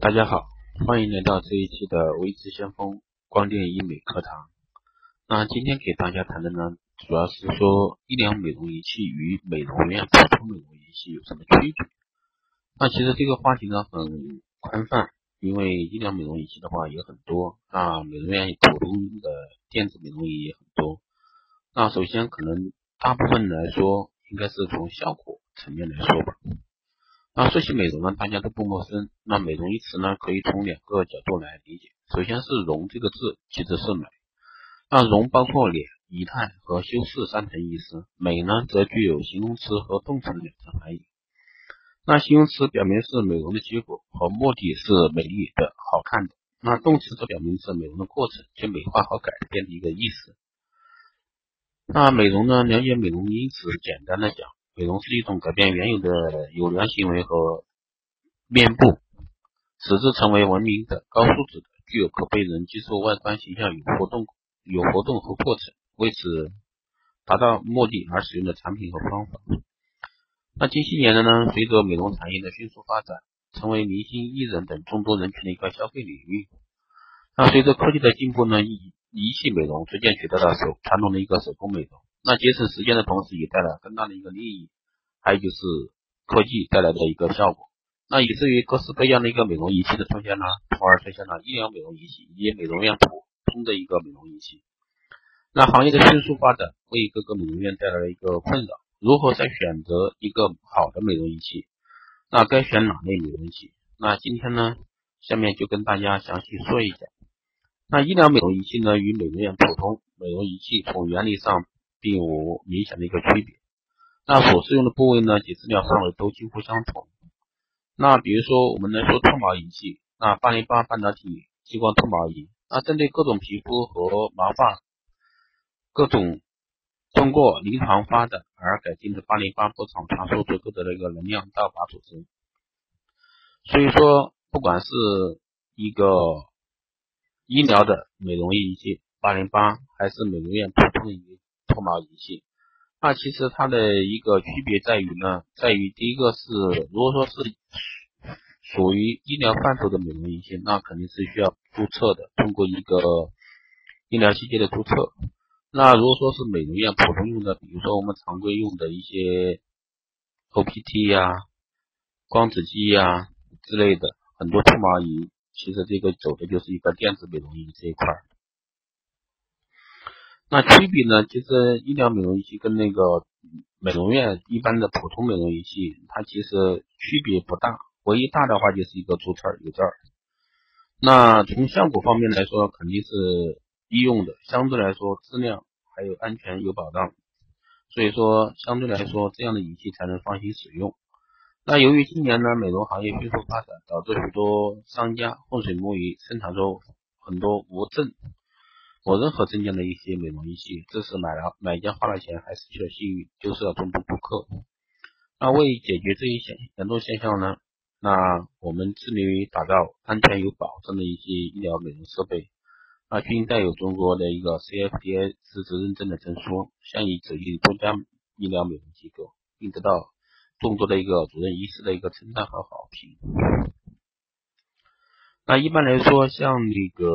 大家好，欢迎来到这一期的微知先锋光电医美课堂。那今天给大家谈的呢，主要是说医疗美容仪器与美容院普通美容仪器有什么区别。那其实这个话题呢很宽泛，因为医疗美容仪器的话也很多，那美容院普通的电子美容仪也很多。那首先可能大部分来说应该是从效果层面来说吧。那说起美容呢，大家都不陌生。那美容一词呢，可以从两个角度来理解。首先是容这个字，其次是美。那容包括脸、仪态和修饰三层意思，美呢则具有形容词和动词的两层含义。那形容词表明是美容的结果和目的是美丽的、好看的。那动词则表明是美容的过程，去美化和改变的一个意思。那美容呢，了解美容因此简单的讲，美容是一种改变原有的有良行为和面部，使之成为文明的、高素质的、具有可被人接受外观形象有活动和过程，为此达到目的而使用的产品和方法。那近些年呢，随着美容产业的迅速发展，成为明星、艺人等众多人群的一个消费领域。那随着科技的进步呢，仪器美容逐渐取代了传统的一个手工美容。那节省时间的同时，也带来更大的一个利益，还有就是科技带来的一个效果。那以至于各式各样的一个美容仪器的出现呢，从而出现了医疗美容仪器以及美容院普通的一个美容仪器。那行业的迅速发展为各个美容院带来了一个困扰，如何在选择一个好的美容仪器？那该选哪类美容仪器？那今天呢，下面就跟大家详细说一下。那医疗美容仪器呢，与美容院普通美容仪器从原理上并无明显的一个区别。那所适用的部位呢及治疗范围都几乎相同。那比如说我们来说脱毛仪器，那808半导体激光脱毛仪，那针对各种皮肤和毛发各种通过临床发展而改进的808波长传输足够的那个能量到靶组织。所以说不管是一个医疗的美容仪器808还是美容院普通的脱毛仪器，那其实它的一个区别在于第一个是，如果说是属于医疗范畴的美容仪器，那肯定是需要注册的，通过一个医疗器械的注册。那如果说是美容院普通用的，比如说我们常规用的一些 OPT 呀、光子机呀之类的很多脱毛仪，其实这个走的就是一个电子美容仪这一块。那区别呢，其实医疗美容仪器跟那个美容院一般的普通美容仪器，它其实区别不大，唯一大的话就是一个注册有证。那从效果方面来说，肯定是医用的，相对来说质量还有安全有保障，所以说相对来说这样的仪器才能放心使用。那由于今年呢美容行业迅速发展，导致许多商家浑水摸鱼，生产出很多无任何证件的一些美容仪器，这是买家花了钱还失去了信誉，丢失了众多顾客。那为解决这一严重现象呢，那我们致力于打造安全有保障的一些医疗美容设备，那均带有中国的一个 CFDA 资质认证的证书，现已走进多家医疗美容机构，并得到众多的一个主任医师的一个称赞和好评。那一般来说，像那个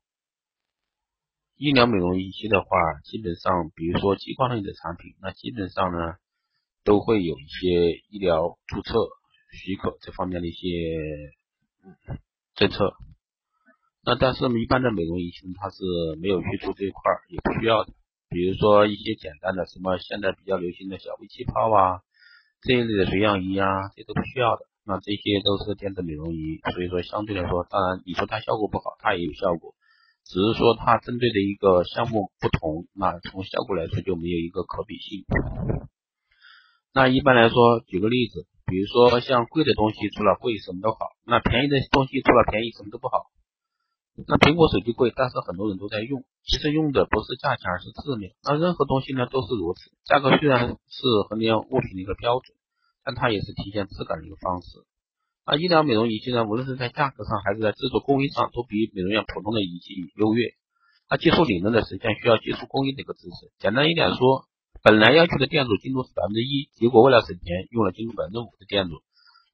医疗美容仪器的话，基本上比如说激光类的产品，那基本上呢都会有一些医疗注册许可这方面的一些政策。那但是一般的美容仪器它是没有去除这一块，也不需要的。比如说一些简单的什么现在比较流行的小微气泡啊，这一类的水养仪啊，这都不需要的。那这些都是电子美容仪，所以说相对来说，当然你说它效果不好，它也有效果，只是说它针对的一个项目不同，那从效果来说就没有一个可比性。那一般来说，举个例子，比如说像贵的东西除了贵什么都好，那便宜的东西除了便宜什么都不好。那苹果手机贵，但是很多人都在用，其实用的不是价钱而是质量。那任何东西呢都是如此，价格虽然是衡量物品的一个标准，但它也是体现质感的一个方式。那医疗美容仪器呢，无论是在价格上还是在制作工艺上，都比美容院普通的仪器优越。那技术理论的实现需要技术工艺的一个知识。简单一点说，本来要求的电阻精度是1%，结果为了省钱用了精度5%的电阻。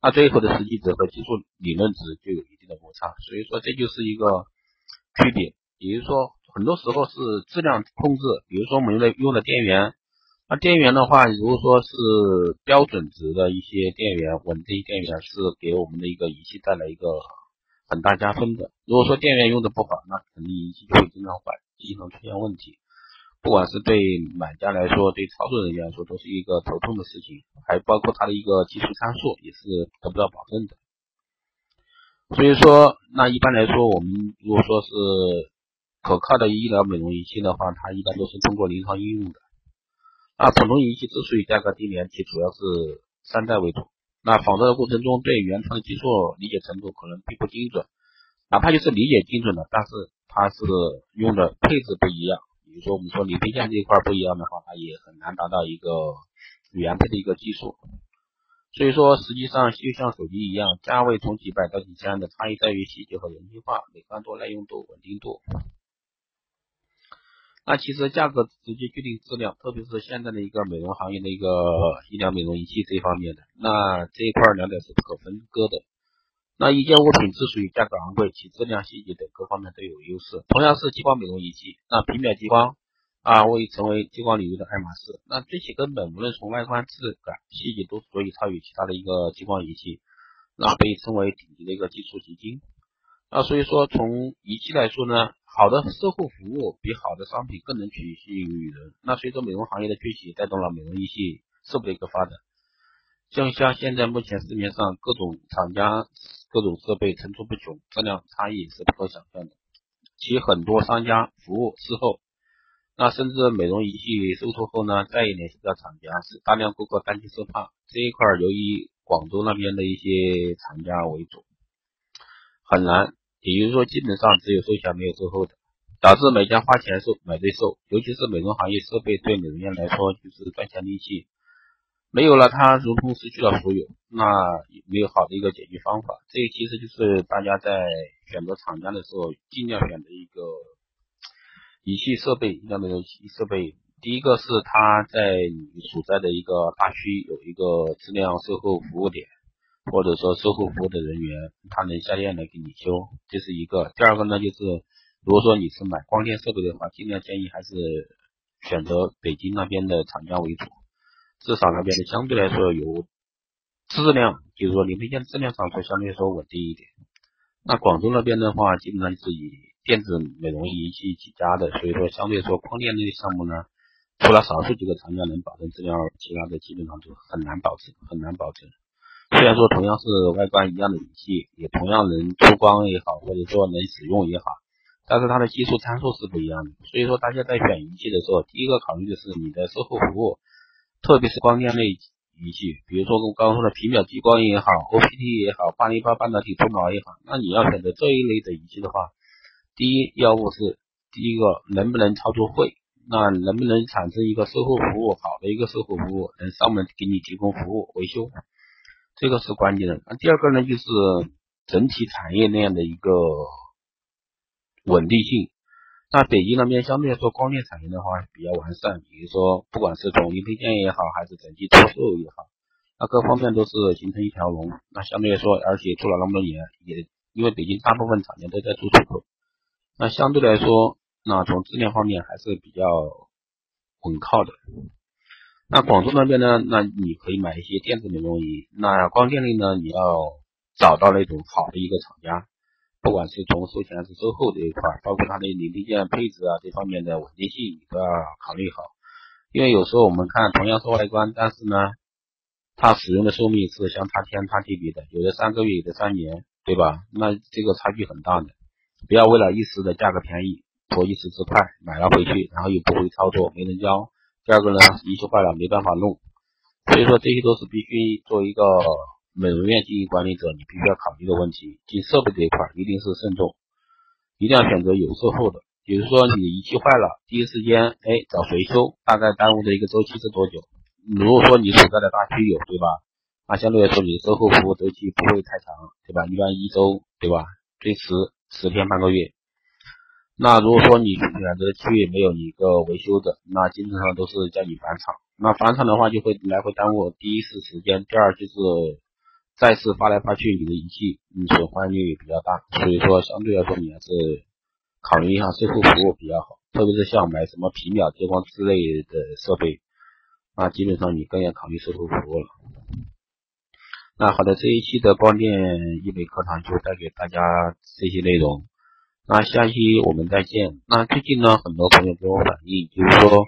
那最后的实际值和技术理论值就有一定的误差，所以说这就是一个区别。比如说很多时候是质量控制，比如说我们用的电源，那电源的话，如果说是标准值的一些电源，稳定电源是给我们的一个仪器带来一个很大加分的。如果说电源用的不好，那肯定仪器就会经常坏，经常出现问题。不管是对买家来说，对操作人员来说，都是一个头痛的事情，还包括它的一个技术参数也是得不到保证的。所以说，那一般来说，我们如果说是可靠的医疗美容仪器的话，它一般都是通过临床应用的。那普通仪器之所以价格低廉，其主要是山寨为主。那仿造的过程中，对原厂的技术理解程度可能并不精准，哪怕就是理解精准的，但是它是用的配置不一样。比如说我们说零配件这一块不一样的话，它也很难达到一个原配的一个技术。所以说实际上就像手机一样，价位从几百到几千的差异在于细节和人性化、美观度、耐用度、稳定度。那其实价格直接决定质量，特别是现在的一个美容行业的一个医疗美容仪器这方面的，那这一块两者是不可分割的。那一件物品之所以价格昂贵，其质量、细节等各方面都有优势。同样是激光美容仪器，那皮秒激光会成为激光领域的爱马仕。那最起根本，无论从外观、质感、细节都足以超越其他的一个激光仪器，那被称为顶级的一个技术结晶。那所以说，从仪器来说呢，好的售后服务比好的商品更能吸引人。那随着美容行业的崛起，带动了美容仪器设备的一个发展。像现在目前市面上各种厂家、各种设备层出不穷，质量差异是不可想象的。其很多商家服务事后，那甚至美容仪器售出后呢，再也联系不到厂家，是大量顾客担惊受怕。这一块由于广州那边的一些厂家为主，很难，也就是说基本上只有售前没有售后的，导致买家花钱买罪受。尤其是美容行业设备对美容院来说就是赚钱利器，没有了它如同失去了所有，那没有好的一个解决方法。这其实就是大家在选择厂家的时候尽量选择一个仪器设备，医疗美容仪器设备。第一个是它在你所在的一个大区有一个质量售后服务点，或者说售后服务的人员，他能下店来给你修，这是一个。第二个呢，就是如果说你是买光电设备的话，尽量建议还是选择北京那边的厂家为主，至少那边的相对来说有质量，就是说零配件质量上说相对来说稳定一点。那广州那边的话，基本上是以电子美容仪器起家的，所以说相对来说光电类项目呢，除了少数几个厂家能保证质量，其他的基本上就很难保证。虽然说同样是外观一样的仪器，也同样能出光也好，或者说能使用也好，但是它的技术参数是不一样的。所以说大家在选仪器的时候，第一个考虑的是你的售后服务，特别是光电类仪器，比如说我刚刚说的皮秒激光也好， OPT 也好，808半导体脱毛也好，那你要选择这一类的仪器的话，第一要务是第一个能不能操作会，那能不能产生一个售后服务，好的一个售后服务，能上门给你提供服务维修，这个是关键的。那第二个呢，就是整体产业链的一个稳定性。那北京那边相对来说光电产业的话比较完善，比如说不管是从零配件也好，还是整机出售也好，那各方面都是形成一条龙。那相对来说，而且做了那么多年，也因为北京大部分厂家都在做出口，那相对来说，那从质量方面还是比较稳靠的。那广州那边呢，那你可以买一些电子美容仪，那光电类呢，你要找到那种好的一个厂家，不管是从售前还是售后这一块，包括它的零配件配置这方面的稳定性，你都要考虑好。因为有时候我们看同样是外观，但是呢，它使用的寿命是相差天差地别的，有的3个月，有的3年，对吧？那这个差距很大的。不要为了一时的价格便宜，图一时之快，买了回去，然后又不会操作，没人教。第二个呢，仪器坏了没办法弄。所以说这些都是必须做一个美容院经营管理者你必须要考虑的问题。进设备这一块一定是慎重，一定要选择有售后的。比如说你仪器坏了，第一时间找谁修，大概耽误的一个周期是多久？如果说你所在的大区有，对吧？那相对来说你的售后服务周期不会太长，对吧？一般1周，对吧？最迟10天半个月。那如果说你选择区域没有一个维修的，那基本上都是叫你返厂。那返厂的话就会来回耽误，第一是时间，第二就是再次发来发去，你的仪器损坏率也比较大，所以说相对来说你还是考虑一下售后服务比较好，特别是像买什么皮秒接光之类的设备，那基本上你更要考虑售后服务了。那好的，这一期的光电医美课堂就带给大家这些内容，那下期我们再见。那最近呢，很多朋友给我反映，就是说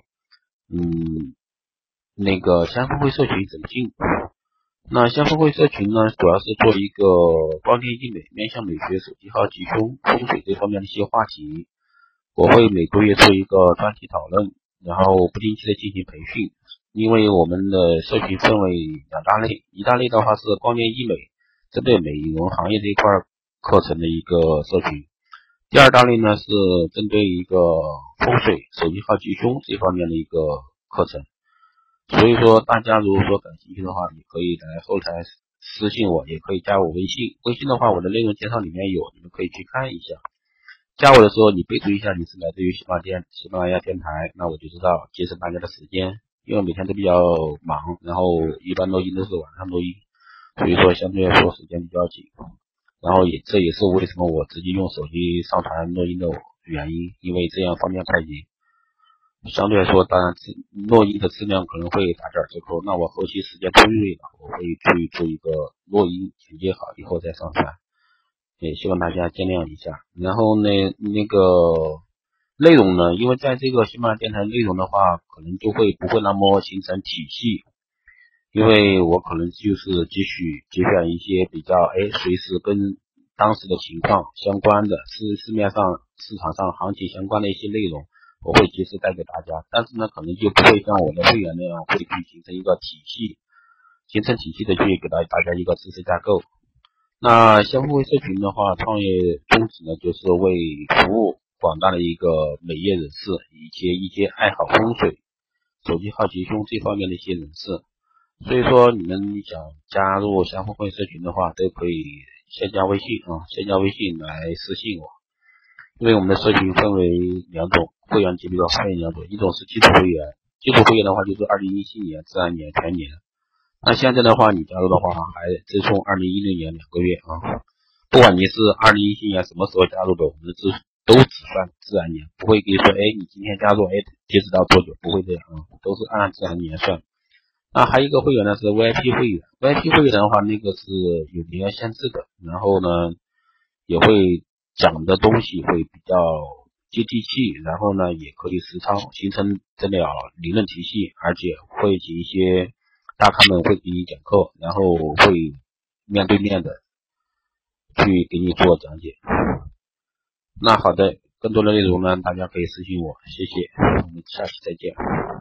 那个香风会社群怎么进？那香风会社群呢，主要是做一个光电医美、面向美学、手机号、吉凶、风水这方面的一些话题。我会每个月做一个专题讨论，然后不定期的进行培训。因为我们的社群分为两大类，一大类的话是光电医美，针对美容行业这一块课程的一个社群。第二大类呢是针对一个风水、手机号、吉凶这方面的一个课程。所以说大家如果说感兴趣的话，你可以来后台私信我，也可以加我微信。微信的话我的内容介绍里面有，你们可以去看一下。加我的时候你备注一下你是来自于喜马拉雅电台，那我就知道节省大家的时间，因为每天都比较忙，然后一般录音都是晚上录音，所以说相对来说时间比较紧，然后这也是为什么我直接用手机上传录音的原因，因为这样方便快捷。相对来说当然录音的质量可能会打点折扣，那我后期时间充裕了，我会去做一个录音剪接好以后再上传，也希望大家见谅一下。然后呢，那个内容呢，因为在这个喜马拉雅电台内容的话，可能就不会那么形成体系，因为我可能就是节选一些比较随时跟当时的情况相关的，市面上市场上行情相关的一些内容，我会及时带给大家。但是呢，可能就不会像我的会员那样会去形成一个体系，形成体系的去给大家一个知识架构。那香风会社群的话，创业宗旨呢，就是为服务广大的一个美业人士，一些爱好风水、手机号吉凶这方面的一些人士。所以说你们想加入香风会社群的话，都可以先加微信来私信我。因为我们的社群分为两种，会员级别的分为两种，一种是基础会员，基础会员的话就是2017年、自然年、全年。那现在的话，你加入的话还直送2016年2个月啊！不管你是2017年什么时候加入的，我们都只算自然年，不会给你说你今天加入截止到多久，不会这样啊，都是按自然年算。那还有一个会员呢是 VIP 会员 ，VIP 会员的话那个是有年限限制的，然后呢也会讲的东西会比较接地气，然后呢也可以实操，形成这了理论体系，而且会请一些大咖们会给你讲课，然后会面对面的去给你做讲解。那好的，更多的内容呢大家可以私信我，谢谢，我们下期再见。